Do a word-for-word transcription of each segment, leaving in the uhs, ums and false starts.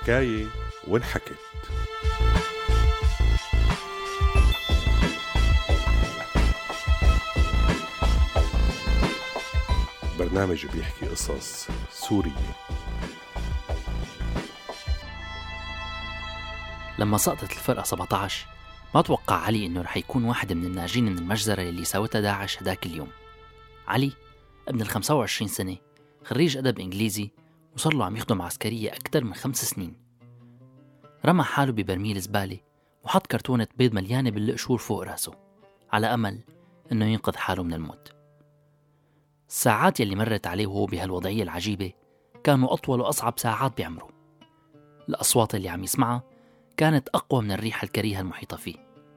الحكاية وانحكت. برنامج بيحكي قصص سورية. لما سقطت الفرقة سبعة عشر ما توقع علي إنه رح يكون واحد من الناجين من المجزرة اللي ساوتها داعش هداك اليوم. علي ابن الخمسة وعشرين سنة، خريج أدب إنجليزي وصار له عم يخدم عسكرية أكتر من خمس سنين. رمى حاله ببرميل زبالة وحط كرتونة بيض مليانة بالقشور فوق راسه على أمل إنه ينقذ حاله من الموت. الساعات يلي مرت عليه وهو بهالوضعية العجيبة كانوا أطول وأصعب ساعات بعمره. الأصوات اللي عم يسمعها كانت أقوى من الريحة الكريهة المحيطة فيه.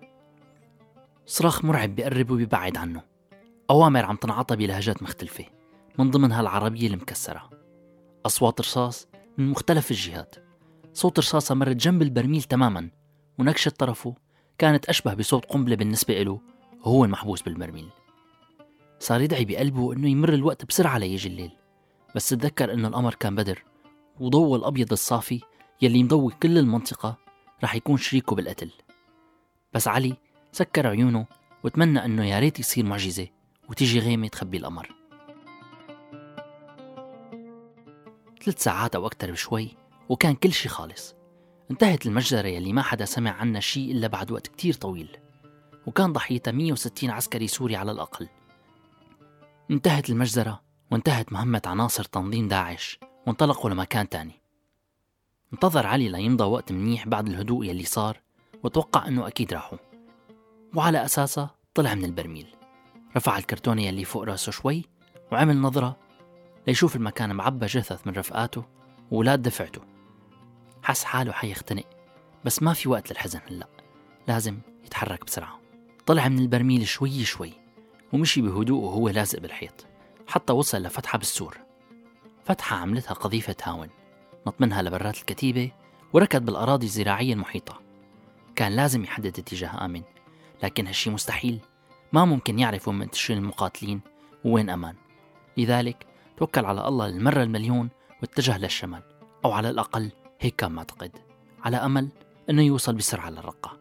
صراخ مرعب بيقرب وبيبعد عنه، أوامر عم تنعطى بلهجات مختلفة من ضمنها العربية المكسرة، أصوات رصاص من مختلف الجهات. صوت رصاصة مرت جنب البرميل تماما ونكشة طرفه كانت أشبه بصوت قنبلة بالنسبة له وهو المحبوس بالبرميل. صار يدعي بقلبه إنه يمر الوقت بسرعة ليجي الليل، بس تذكر إنه القمر كان بدر وضوء الأبيض الصافي يلي مضوي كل المنطقة رح يكون شريكه بالقتل. بس علي سكر عيونه وتمنى إنه يا ريت يصير معجزة وتيجي غيمة تخبي القمر. ثلاث ساعات أو أكتر بشوي وكان كل شي خالص. انتهت المجزرة يلي ما حدا سمع عنها شي إلا بعد وقت كتير طويل، وكان ضحيتها مية وستين عسكري سوري على الأقل. انتهت المجزرة وانتهت مهمة عناصر تنظيم داعش وانطلقوا لمكان تاني. انتظر علي ليمضى وقت منيح بعد الهدوء يلي صار وتوقع أنه أكيد راحوا، وعلى أساسه طلع من البرميل، رفع الكرتونة يلي فوق راسه شوي وعمل نظرة ليشوف المكان معبى جثث من رفقاته وولاد دفعته. حس حاله حيختنق، بس ما في وقت للحزن هلأ، لازم يتحرك بسرعة. طلع من البرميل شوي شوي ومشي بهدوء وهو لازق بالحيط حتى وصل لفتحة بالسور. فتحة عملتها قذيفة هاون، نط منها لبرات الكتيبة وركض بالأراضي الزراعية المحيطة. كان لازم يحدد اتجاه آمن، لكن هالشي مستحيل، ما ممكن يعرفوا منتشرين المقاتلين وين أمان. لذلك توكل على الله للمرة المليون واتجه للشمال، أو على الأقل هيك كان معتقد، على أمل أنه يوصل بسرعة للرقة.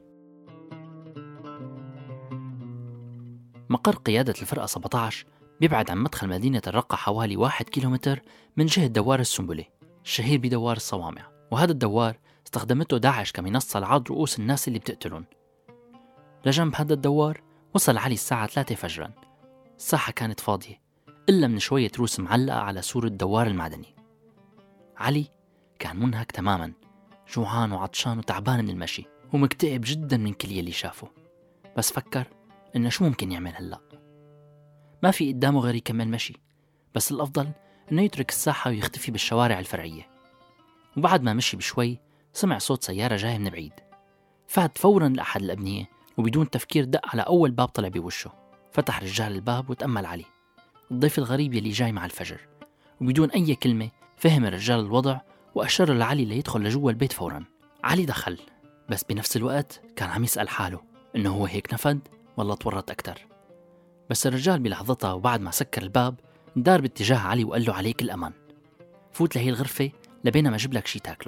مقر قيادة الفرقة سبعة عشر بيبعد عن مدخل مدينة الرقة حوالي واحد كيلومتر من جهة دوار السنبلة الشهير بدوار الصوامع، وهذا الدوار استخدمته داعش كمنصة لعرض رؤوس الناس اللي بتقتلون. لجنب هذا الدوار وصل علي الساعة ثلاثة فجرا. الساحة كانت فاضية إلا من شوية روس معلقة على سور الدوار المعدني. علي كان منهك تماما، جوعان وعطشان وتعبان من المشي ومكتئب جدا من كل يلي شافه، بس فكر إنه شو ممكن يعمل هلأ. ما في قدامه غير يكمل مشي، بس الأفضل إنه يترك الساحة ويختفي بالشوارع الفرعية. وبعد ما مشي بشوي سمع صوت سيارة جاية من بعيد، فات فورا لأحد الأبنية وبدون تفكير دق على أول باب طلع بوشه. فتح رجال الباب وتأمل عليه، الضيف الغريب يلي جاي مع الفجر، وبدون أي كلمة فهم الرجال الوضع وأشار لعلي ليدخل لجوا البيت فورا. علي دخل، بس بنفس الوقت كان عم يسأل حاله إنه هو هيك نفد ولا تورط أكتر. بس الرجال بلحظتها وبعد ما سكر الباب دار باتجاه علي وقال له عليك الأمان، فوت لهي الغرفة لبينا أجيب لك شي تاكله.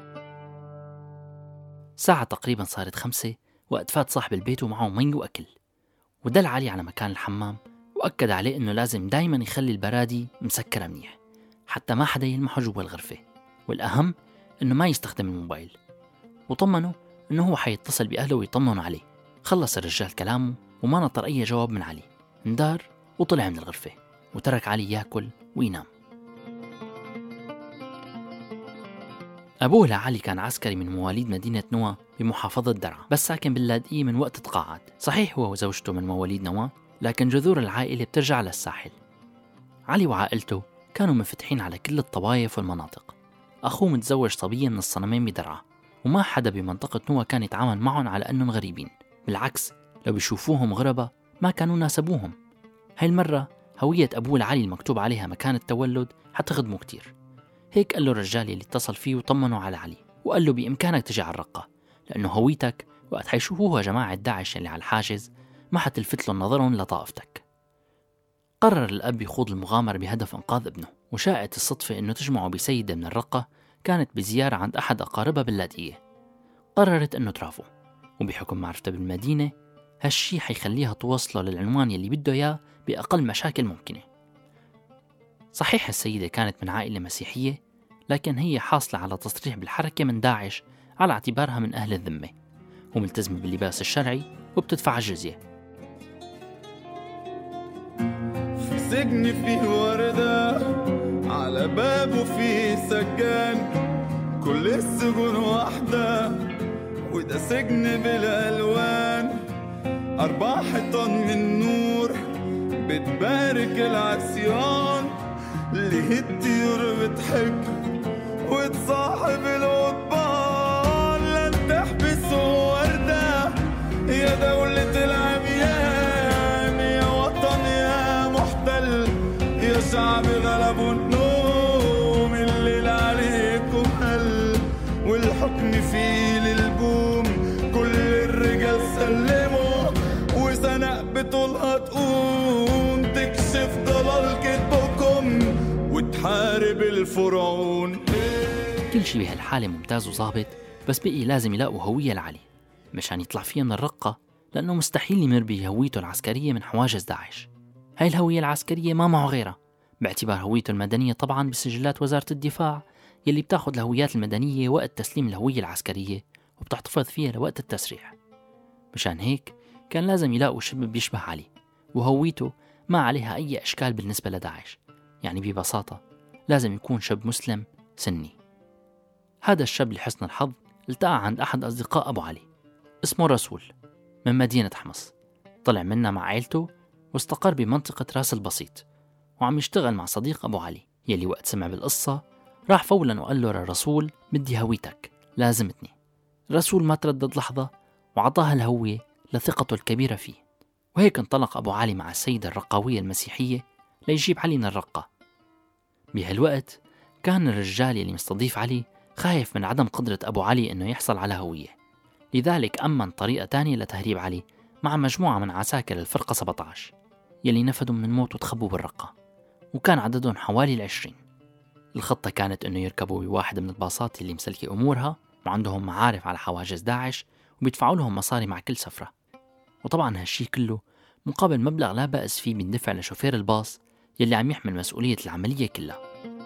ساعة تقريبا صارت خمسة وقت فات صاحب البيت ومعه مي وأكل، ودل علي على مكان الحمام وأكد عليه إنه لازم دايما يخلي البرادي مسكرة منيح حتى ما حدا يلمحه جوا الغرفة، والأهم إنه ما يستخدم الموبايل، وطمنه إنه هو حيتصل بأهله ويطمنوا عليه. خلص الرجال كلامه وما نطر أي جواب من علي، اندار وطلع من الغرفة وترك علي ياكل وينام. أبوه لعلي كان عسكري من مواليد مدينة نوا بمحافظة درعا، بس ساكن باللاذقية من وقت تقاعد. صحيح هو وزوجته من مواليد نوا، لكن جذور العائلة بترجع للساحل. علي وعائلته كانوا منفتحين على كل الطوائف والمناطق. أخوه متزوج صبية من الصنمين بدرعا، وما حدا بمنطقة نوا كان يتعامل معهم على أنهم غريبين، بالعكس لو بيشوفوهم غربة ما كانوا ناسبوهم. هاي المرة هوية أبوه لعلي المكتوب عليها مكان التولد حتخدمه كتير. هيك قال له الرجال اللي اتصل فيه وطمنوا على علي وقال له بإمكانك تجي على الرقة، لأنه هويتك وقت حيشوفوها جماعة داعش اللي على الحاجز ما حتلفت لهم نظرهم لطائفتك. قرر الأب يخوض المغامرة بهدف إنقاذ ابنه، وشاءت الصدفة إنه تجمعه بسيدة من الرقة كانت بزيارة عند أحد أقاربها باللاذقية. قررت أنه ترافقه، وبحكم معرفتها بالمدينة هالشي حيخليها توصله للعنوان يلي بده إياه بأقل مشاكل ممكنة. صحيح السيدة كانت من عائلة مسيحية، لكن هي حاصلة على تصريح بالحركة من داعش على اعتبارها من أهل الذمة، وملتزمة باللباس الشرعي وبتدفع الجزية. في سجن فيه وردة على بابه فيه سجان، كل السجون واحدة وده سجن بالألوان، أربع حيطان من نور بتبارك العصيان، ليه الطيور بتحب وتصاحب القضبان، لا تحبس وردة يا دولة العميان، يا وطن يا محتل يا شعب غلبوا النوم، الليل عليكم هل والحكم فيه للبوم، كل الرجال سلموا وسنق بطولها تقوم، تكشف ضلال كتبكم وتحارب الفرعون. كل شي بهالحالة ممتاز وظابط، بس بقي لازم يلاقوا هوية لعلي مشان يطلع فيها من الرقة، لأنه مستحيل يمر بهويته العسكرية من حواجز داعش. هاي الهوية العسكرية ما معه غيرها، باعتبار هويته المدنية طبعا بسجلات وزارة الدفاع يلي بتاخد الهويات المدنية وقت تسليم الهوية العسكرية وبتحتفظ فيها لوقت التسريح. مشان هيك كان لازم يلاقوا شاب بيشبه علي وهويته ما عليها أي أشكال بالنسبة لداعش، يعني ببساطة لازم يكون شاب مسلم سني. هذا الشاب لحسن الحظ التقى عند أحد أصدقاء أبو علي اسمه رسول من مدينة حمص، طلع منا مع عائلته واستقر بمنطقة راس البسيط، وعم يشتغل مع صديق أبو علي يلي وقت سمع بالقصة راح فولا وقال له للرسول بدي هويتك لازمتني. الرسول ما تردد لحظة وعطاها الهوية لثقته الكبيرة فيه، وهيك انطلق أبو علي مع السيدة الرقاوية المسيحية ليجيب علي من الرقة. بهالوقت كان الرجال يلي مستضيف علي خايف من عدم قدرة أبو علي إنه يحصل على هوية، لذلك أمن طريقة تانية لتهريب علي مع مجموعة من عساكر الفرقة سبعة عشر يلي نفدوا من الموت وتخبوا بالرقة، وكان عددهم حوالي العشرين. الخطة كانت إنه يركبوا بواحد من الباصات اللي مسلكي أمورها وعندهم معارف على حواجز داعش وبيدفعوا لهم مصاري مع كل سفرة، وطبعا هالشي كله مقابل مبلغ لا بأس فيه بيندفع لشوفير الباص يلي عم يحمل مسؤولية العملية كلها.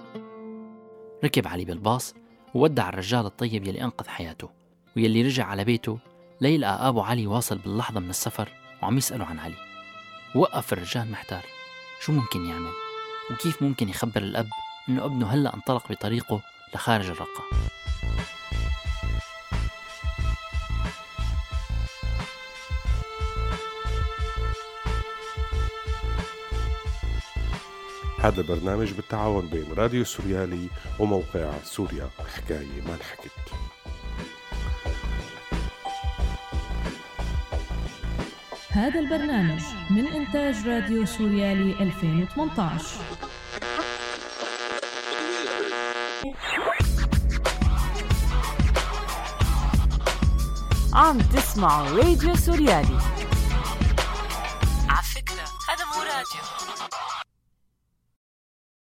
ركب علي بالباص وودع الرجال الطيب يلي أنقذ حياته، ويلي رجع على بيته ليلقى أبو علي واصل باللحظة من السفر وعم يسأله عن علي. وقف الرجال محتار شو ممكن يعمل وكيف ممكن يخبر الأب إنه ابنه هلأ انطلق بطريقه لخارج الرقة. هذا البرنامج بالتعاون بين راديو سوريالي وموقع سوريا حكاية ما انحكت. هذا البرنامج من إنتاج راديو سوريالي ألفين وثمانية عشر. عم تسمعوا راديو سوريالي.